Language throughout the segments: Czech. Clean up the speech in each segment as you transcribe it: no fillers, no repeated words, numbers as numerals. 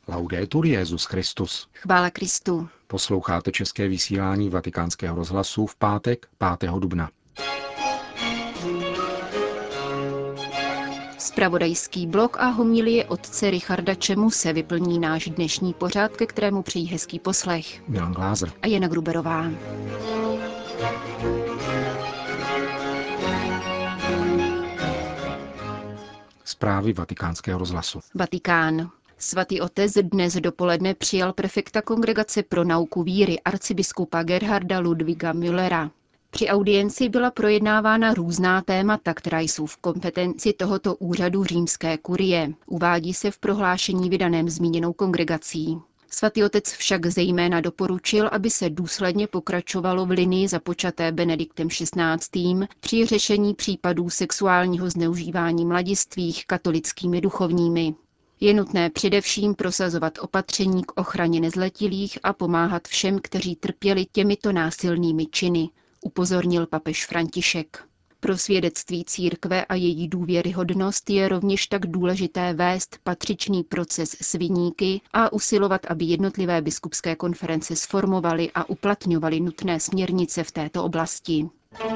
Laudetur Jesus Christus. Chvála Kristu. Posloucháte české vysílání Vatikánského rozhlasu v pátek 5. dubna. Zpravodajský blok a homilie otce Richarda Čemuse vyplní náš dnešní pořad, ke kterému přejí hezký poslech. Milan Glázer A Jana Gruberová. Zprávy Vatikánského rozhlasu. Vatikán. Svatý otec dnes dopoledne přijal prefekta Kongregace pro nauku víry arcibiskupa Gerharda Ludwiga Müllera. Při audienci byla projednávána různá témata, která jsou v kompetenci tohoto úřadu římské kurie, uvádí se v prohlášení vydaném zmíněnou kongregací. Svatý otec však zejména doporučil, aby se důsledně pokračovalo v linii započaté Benediktem XVI. Při řešení případů sexuálního zneužívání mladistvých katolickými duchovními. Je nutné především prosazovat opatření k ochraně nezletilých a pomáhat všem, kteří trpěli těmito násilnými činy, upozornil papež František. Pro svědectví církve a její důvěryhodnost je rovněž tak důležité vést patřičný proces s viníky a usilovat, aby jednotlivé biskupské konference sformovaly a uplatňovaly nutné směrnice v této oblasti.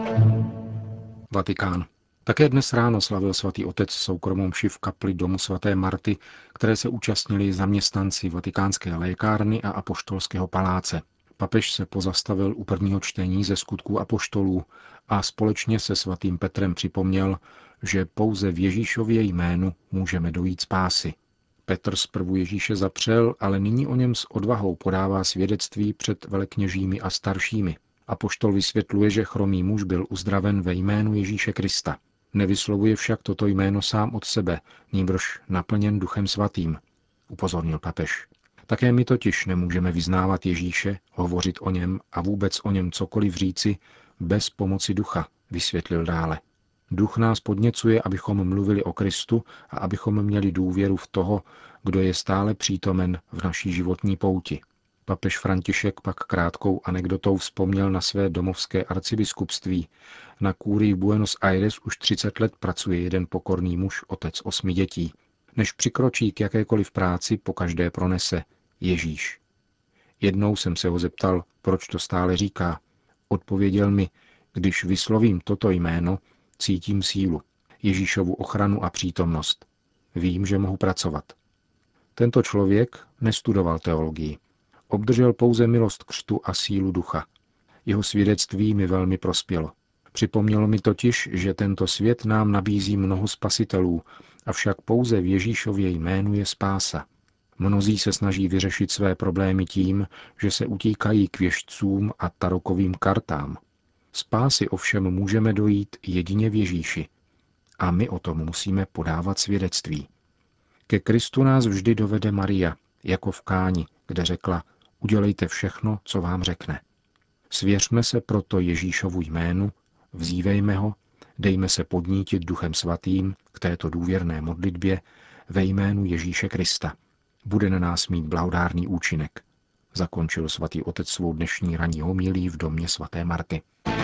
Vatikán. Také dnes ráno slavil svatý otec soukromou mši v kapli domu svaté Marty, které se účastnili zaměstnanci vatikánské lékárny a apoštolského paláce. Papež se pozastavil u prvního čtení ze Skutků apoštolů a společně se svatým Petrem připomněl, že pouze v Ježíšově jménu můžeme dojít spásy. Petr zprvu Ježíše zapřel, ale nyní o něm s odvahou podává svědectví před velekněžími a staršími. Apoštol vysvětluje, že chromý muž byl uzdraven ve jménu Ježíše Krista. Nevyslovuje však toto jméno sám od sebe, nýbrž naplněn Duchem svatým, upozornil papež. Také my totiž nemůžeme vyznávat Ježíše, hovořit o něm a vůbec o něm cokoliv říci bez pomoci ducha, vysvětlil dále. Duch nás podněcuje, abychom mluvili o Kristu a abychom měli důvěru v toho, kdo je stále přítomen v naší životní pouti. Papež František pak krátkou anekdotou vzpomněl na své domovské arcibiskupství. Na kúrii v Buenos Aires už 30 let pracuje jeden pokorný muž, otec 8 dětí. Než přikročí k jakékoliv práci, pokaždé pronese Ježíš. Jednou jsem se ho zeptal, proč to stále říká. Odpověděl mi, když vyslovím toto jméno, cítím sílu, Ježíšovu ochranu a přítomnost. Vím, že mohu pracovat. Tento člověk nestudoval teologii. Obdržel pouze milost křtu a sílu ducha. Jeho svědectví mi velmi prospělo. Připomnělo mi totiž, že tento svět nám nabízí mnoho spasitelů, avšak pouze v Ježíšově jménu je spása. Mnozí se snaží vyřešit své problémy tím, že se utíkají k věštcům a tarokovým kartám. Spásy ovšem můžeme dojít jedině v Ježíši. A my o tom musíme podávat svědectví. Ke Kristu nás vždy dovede Maria, jako v Káni, kde řekla, udělejte všechno, co vám řekne. Svěřme se proto Ježíšovu jménu, vzívejme ho, dejme se podnítit Duchem svatým k této důvěrné modlitbě ve jménu Ježíše Krista. Bude na nás mít blahodárný účinek. Zakončil svatý otec svou dnešní ranní homilí v domě svaté Marty.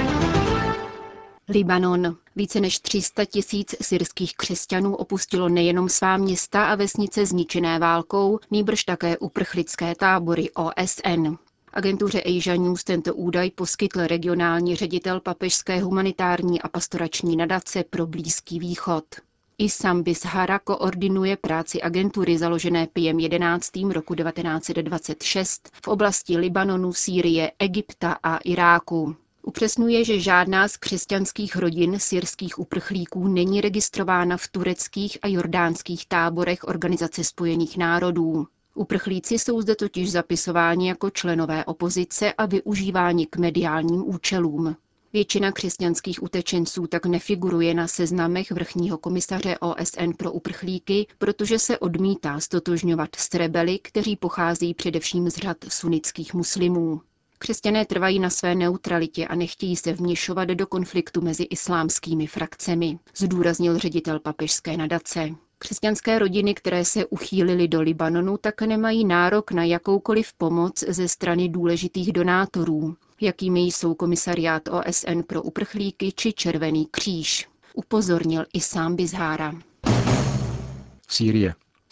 Libanon. Více než 300 000 syrských křesťanů opustilo nejenom svá města a vesnice zničené válkou, nýbrž také uprchlické tábory OSN. Agentuře Asia News tento údaj poskytl regionální ředitel papežské humanitární a pastorační nadace pro Blízký východ. Issam Bishara koordinuje práci agentury založené Piem XI. Roku 1926 v oblasti Libanonu, Sýrie, Egypta a Iráku. Upřesňuje, že žádná z křesťanských rodin syrských uprchlíků není registrována v tureckých a jordánských táborech Organizace spojených národů. Uprchlíci jsou zde totiž zapisováni jako členové opozice a využíváni k mediálním účelům. Většina křesťanských utečenců tak nefiguruje na seznamech vrchního komisaře OSN pro uprchlíky, protože se odmítá stotožňovat s rebeli, kteří pochází především z řad sunnických muslimů. Křesťané trvají na své neutralitě a nechtějí se vměšovat do konfliktu mezi islámskými frakcemi, zdůraznil ředitel papežské nadace. Křesťanské rodiny, které se uchýlily do Libanonu, tak nemají nárok na jakoukoliv pomoc ze strany důležitých donátorů, jakými jsou komisariát OSN pro uprchlíky či Červený kříž, upozornil Issam Bishara. Sýrie.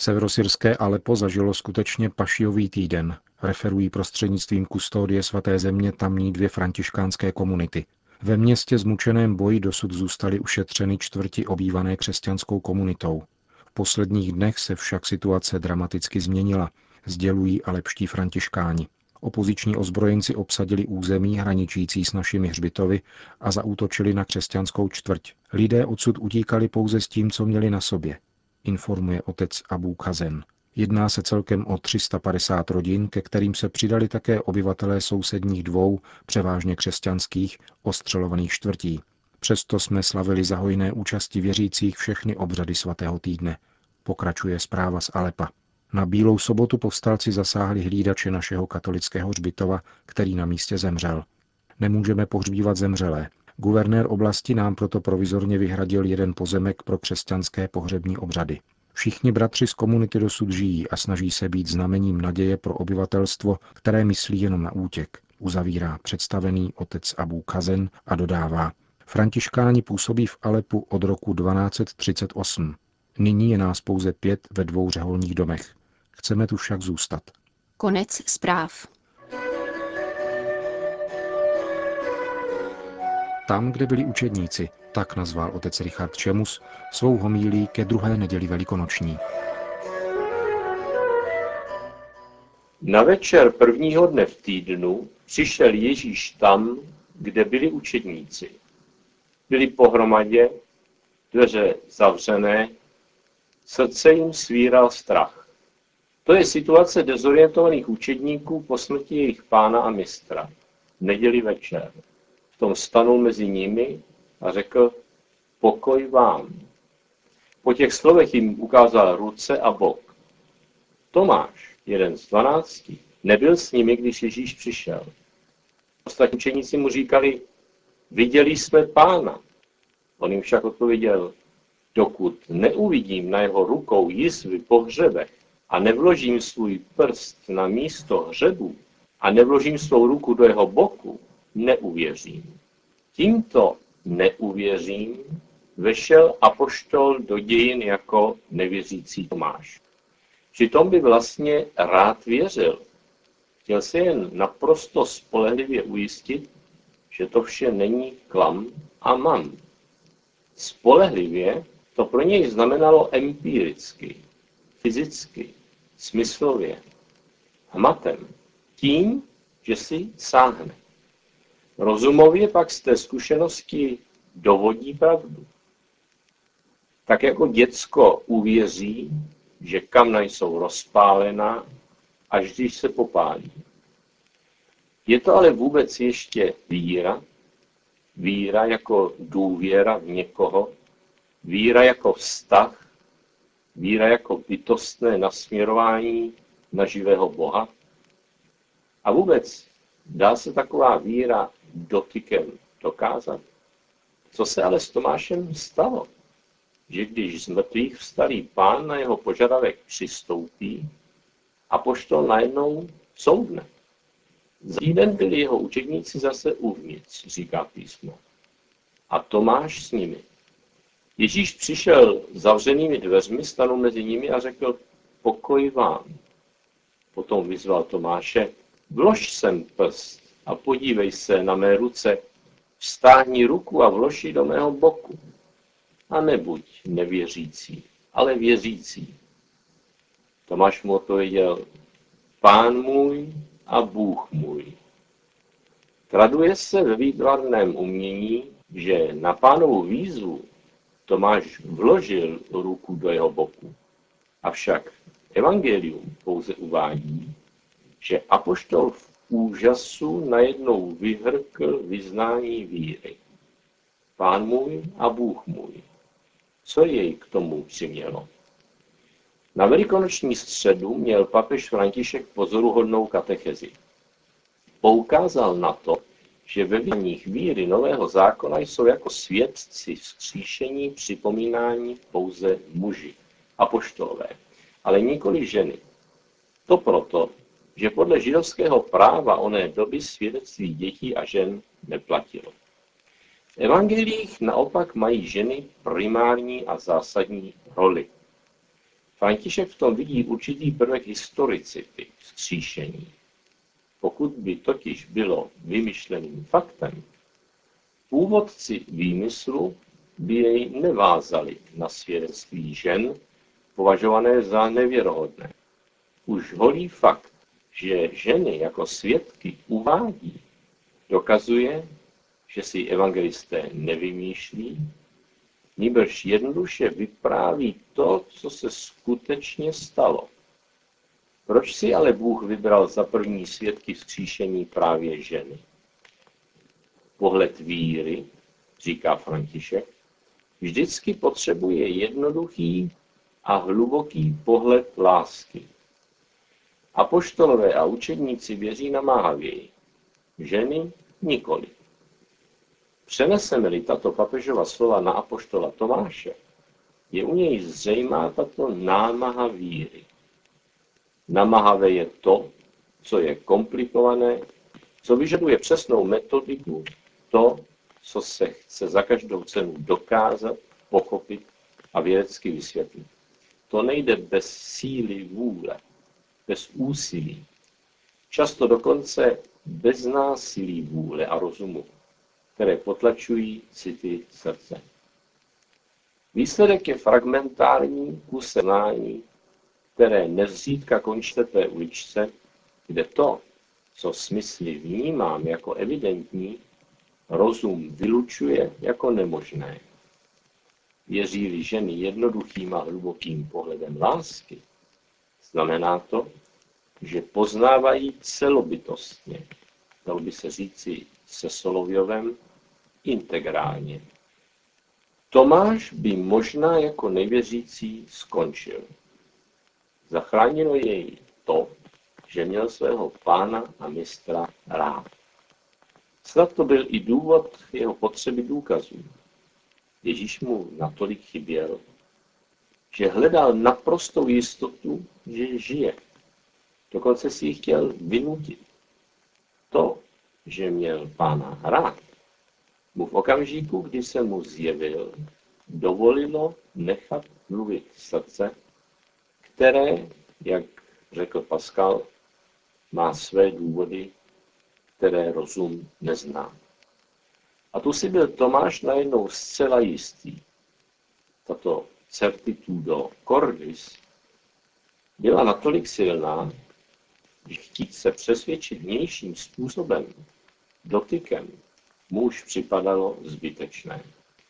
Severosyrské Alepo zažilo skutečně pašiový týden, referují prostřednictvím kustodie svaté země tamní 2 františkánské komunity. Ve městě zmučeném boji dosud zůstaly ušetřeny čtvrti obývané křesťanskou komunitou. V posledních dnech se však situace dramaticky změnila, sdělují alepští františkáni. Opoziční ozbrojenci obsadili území hraničící s našimi hřbitovy a zaútočili na křesťanskou čtvrť. Lidé odsud utíkali pouze s tím, co měli na sobě, informuje otec Abu Khazen. Jedná se celkem o 350 rodin, ke kterým se přidali také obyvatelé sousedních 2, převážně křesťanských, ostřelovaných čtvrtí. Přesto jsme slavili za hojné účasti věřících všechny obřady svatého týdne, pokračuje zpráva z Alepa. Na Bílou sobotu povstalci zasáhli hlídače našeho katolického hřbitova, který na místě zemřel. Nemůžeme pohřbívat zemřelé. Guvernér oblasti nám proto provizorně vyhradil jeden pozemek pro křesťanské pohřební obřady. Všichni bratři z komunity dosud žijí a snaží se být znamením naděje pro obyvatelstvo, které myslí jenom na útěk, uzavírá představený otec Abu Khazen a dodává: Františkáni působí v Alepu od roku 1238. Nyní je nás pouze 5 ve 2 řeholních domech. Chceme tu však zůstat. Konec zpráv. Tam, kde byli učedníci, tak nazval otec Richard Čemus svou homílí ke 2. neděli velikonoční. Na večer prvního dne v týdnu přišel Ježíš tam, kde byli učedníci. Byli pohromadě, dveře zavřené, srdce jim svíral strach. To je situace dezorientovaných učedníků po smrti jejich pána a mistra. V neděli večer. V tom stanul mezi nimi a řekl: pokoj vám. Po těch slovech jim ukázal ruce a bok. Tomáš, jeden z 12, nebyl s nimi, když Ježíš přišel. Ostatní učeníci mu říkali: viděli jsme pána. On jim však odpověděl: dokud neuvidím na jeho rukou jizvy po hřebech a nevložím svůj prst na místo hřebů a nevložím svou ruku do jeho boku, neuvěřím. Tímto neuvěřím vešel apoštol do dějin jako nevěřící Tomáš. Přitom by vlastně rád věřil. Chtěl se jen naprosto spolehlivě ujistit, že to vše není klam a mam. Spolehlivě to pro něj znamenalo empiricky, fyzicky, smyslově, hmatem, tím, že si sáhne. Rozumově pak z té zkušenosti dovodí pravdu. Tak jako děcko uvěří, že kamna jsou rozpálená, až když se popálí. Je to ale vůbec ještě víra? Víra jako důvěra v někoho? Víra jako vztah? Víra jako bytostné nasměrování na živého Boha? A vůbec dá se taková víra dotykem dokázat? Co se ale s Tomášem stalo? Že když z mrtvých vstalý pán na jeho požadavek přistoupí, apoštol najednou soudne. Za týden byli jeho učedníci zase uvnitř, říká písmo. A Tomáš s nimi. Ježíš přišel zavřenými dveřmi, stanul mezi nimi a řekl: pokoj vám. Potom vyzval Tomáše: vlož sem prst a podívej se na mé ruce, vztáhni ruku a vlož ji do mého boku. A nebuď nevěřící, ale věřící. Tomáš mu odpověděl: Pán můj a Bůh můj. Traduje se ve výtvarném umění, že na Pánovu výzvu Tomáš vložil ruku do jeho boku. Avšak evangelium pouze uvádí, že apoštol v úžasu najednou vyhrkl vyznání víry. Pán můj a Bůh můj. Co jej k tomu přimělo? Na velikonoční středu měl papež František pozoruhodnou katechezi. Poukázal na to, že ve vyznáních víry Nového zákona jsou jako svědci vzkříšení připomínání pouze muži, apoštolové, ale nikoli ženy. To proto, že podle židovského práva oné doby svědectví dětí a žen neplatilo. V evangelích naopak mají ženy primární a zásadní roli. František v tom vidí určitý prvek historicity vzkříšení. Pokud by totiž bylo vymyšleným faktem, původci výmyslu by jej nevázali na svědectví žen, považované za nevěrohodné. Už holý fakt, že ženy jako svědky uvádí, dokazuje, že si evangelisté nevymýšlí, nýbrž jednoduše vypráví to, co se skutečně stalo. Proč si ale Bůh vybral za první svědky vzkříšení právě ženy? Pohled víry, říká František, vždycky potřebuje jednoduchý a hluboký pohled lásky. Apoštolové a učedníci věří namáhavěji, ženy nikoli. Přeneseme-li tato papežova slova na apoštola Tomáše, je u něj zřejmá tato námaha víry. Namáhavé je to, co je komplikované, co vyžaduje přesnou metodiku, to, co se chce za každou cenu dokázat, pochopit a vědecky vysvětlit. To nejde bez síly vůle, bez úsilí, často dokonce bez násilí vůle a rozumu, které potlačují city srdce. Výsledek je fragmentární kusenání, které nezřídka končí té uličce, kde to, co smysly vnímám jako evidentní, rozum vylučuje jako nemožné. Věří-li ženy jednoduchým a hlubokým pohledem lásky, znamená to, že poznávají celobytostně, dalo by se říci se Solovějovem, integrálně. Tomáš by možná jako nevěřící skončil. Zachránilo jej to, že měl svého pána a mistra rád. Snad to byl i důvod jeho potřeby důkazů. Ježíš mu natolik chyběl, že hledal naprostou jistotu, že žije. Dokonce si ji chtěl vynutit. To, že měl pána rád, mu v okamžiku, kdy se mu zjevil, dovolilo nechat mluvit srdce, které, jak řekl Pascal, má své důvody, které rozum nezná. A tu si byl Tomáš najednou zcela jistý. Tato certitudo cordis byla natolik silná, že chtít se přesvědčit vnějším způsobem, dotykem, mu už připadalo zbytečné.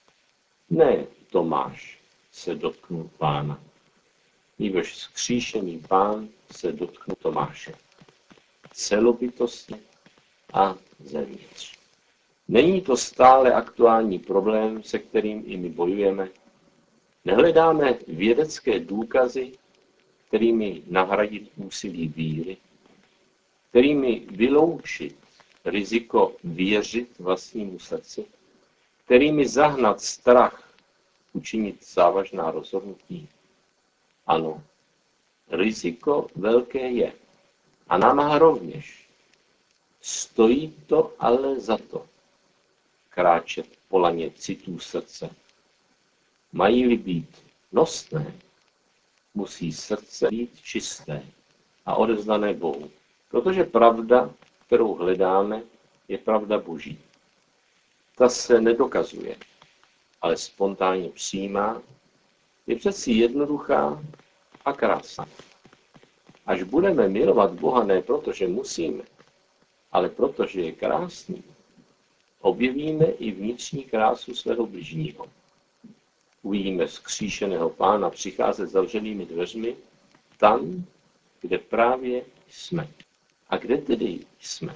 Ne Tomáš se dotknul pána, nýbrž vzkříšený pán se dotknul Tomáše. Celobytostně a zevnitř. Není to stále aktuální problém, se kterým i my bojujeme? Nehledáme vědecké důkazy, kterými nahradit úsilí víry, kterými vyloučit riziko věřit vlastnímu srdci, kterými zahnat strach, učinit závažná rozhodnutí. Ano, riziko velké je. A námaha rovněž. Stojí to ale za to. Kráčet po laně citů srdce. Mají-li být nosné, musí srdce být čisté a odevzdané Bohu. Protože pravda, kterou hledáme, je pravda Boží. Ta se nedokazuje, ale spontánně přijímá, je přeci jednoduchá a krásná. Až budeme milovat Boha ne proto, že musíme, ale protože je krásný, objevíme i vnitřní krásu svého bližního. Uvidíme vzkříšeného pána přicházet zavřenými dveřmi tam, kde právě jsme. A kde tedy jsme?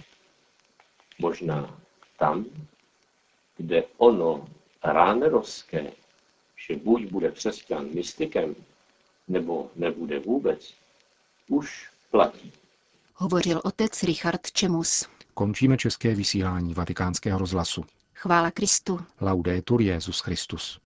Možná tam, kde ono ránerovské, že buď bude křesťan mystikem, nebo nebude vůbec, už platí. Hovořil otec Richard Čemus. Končíme české vysílání Vatikánského rozhlasu. Chvála Kristu. Laudetur Jesus Christus.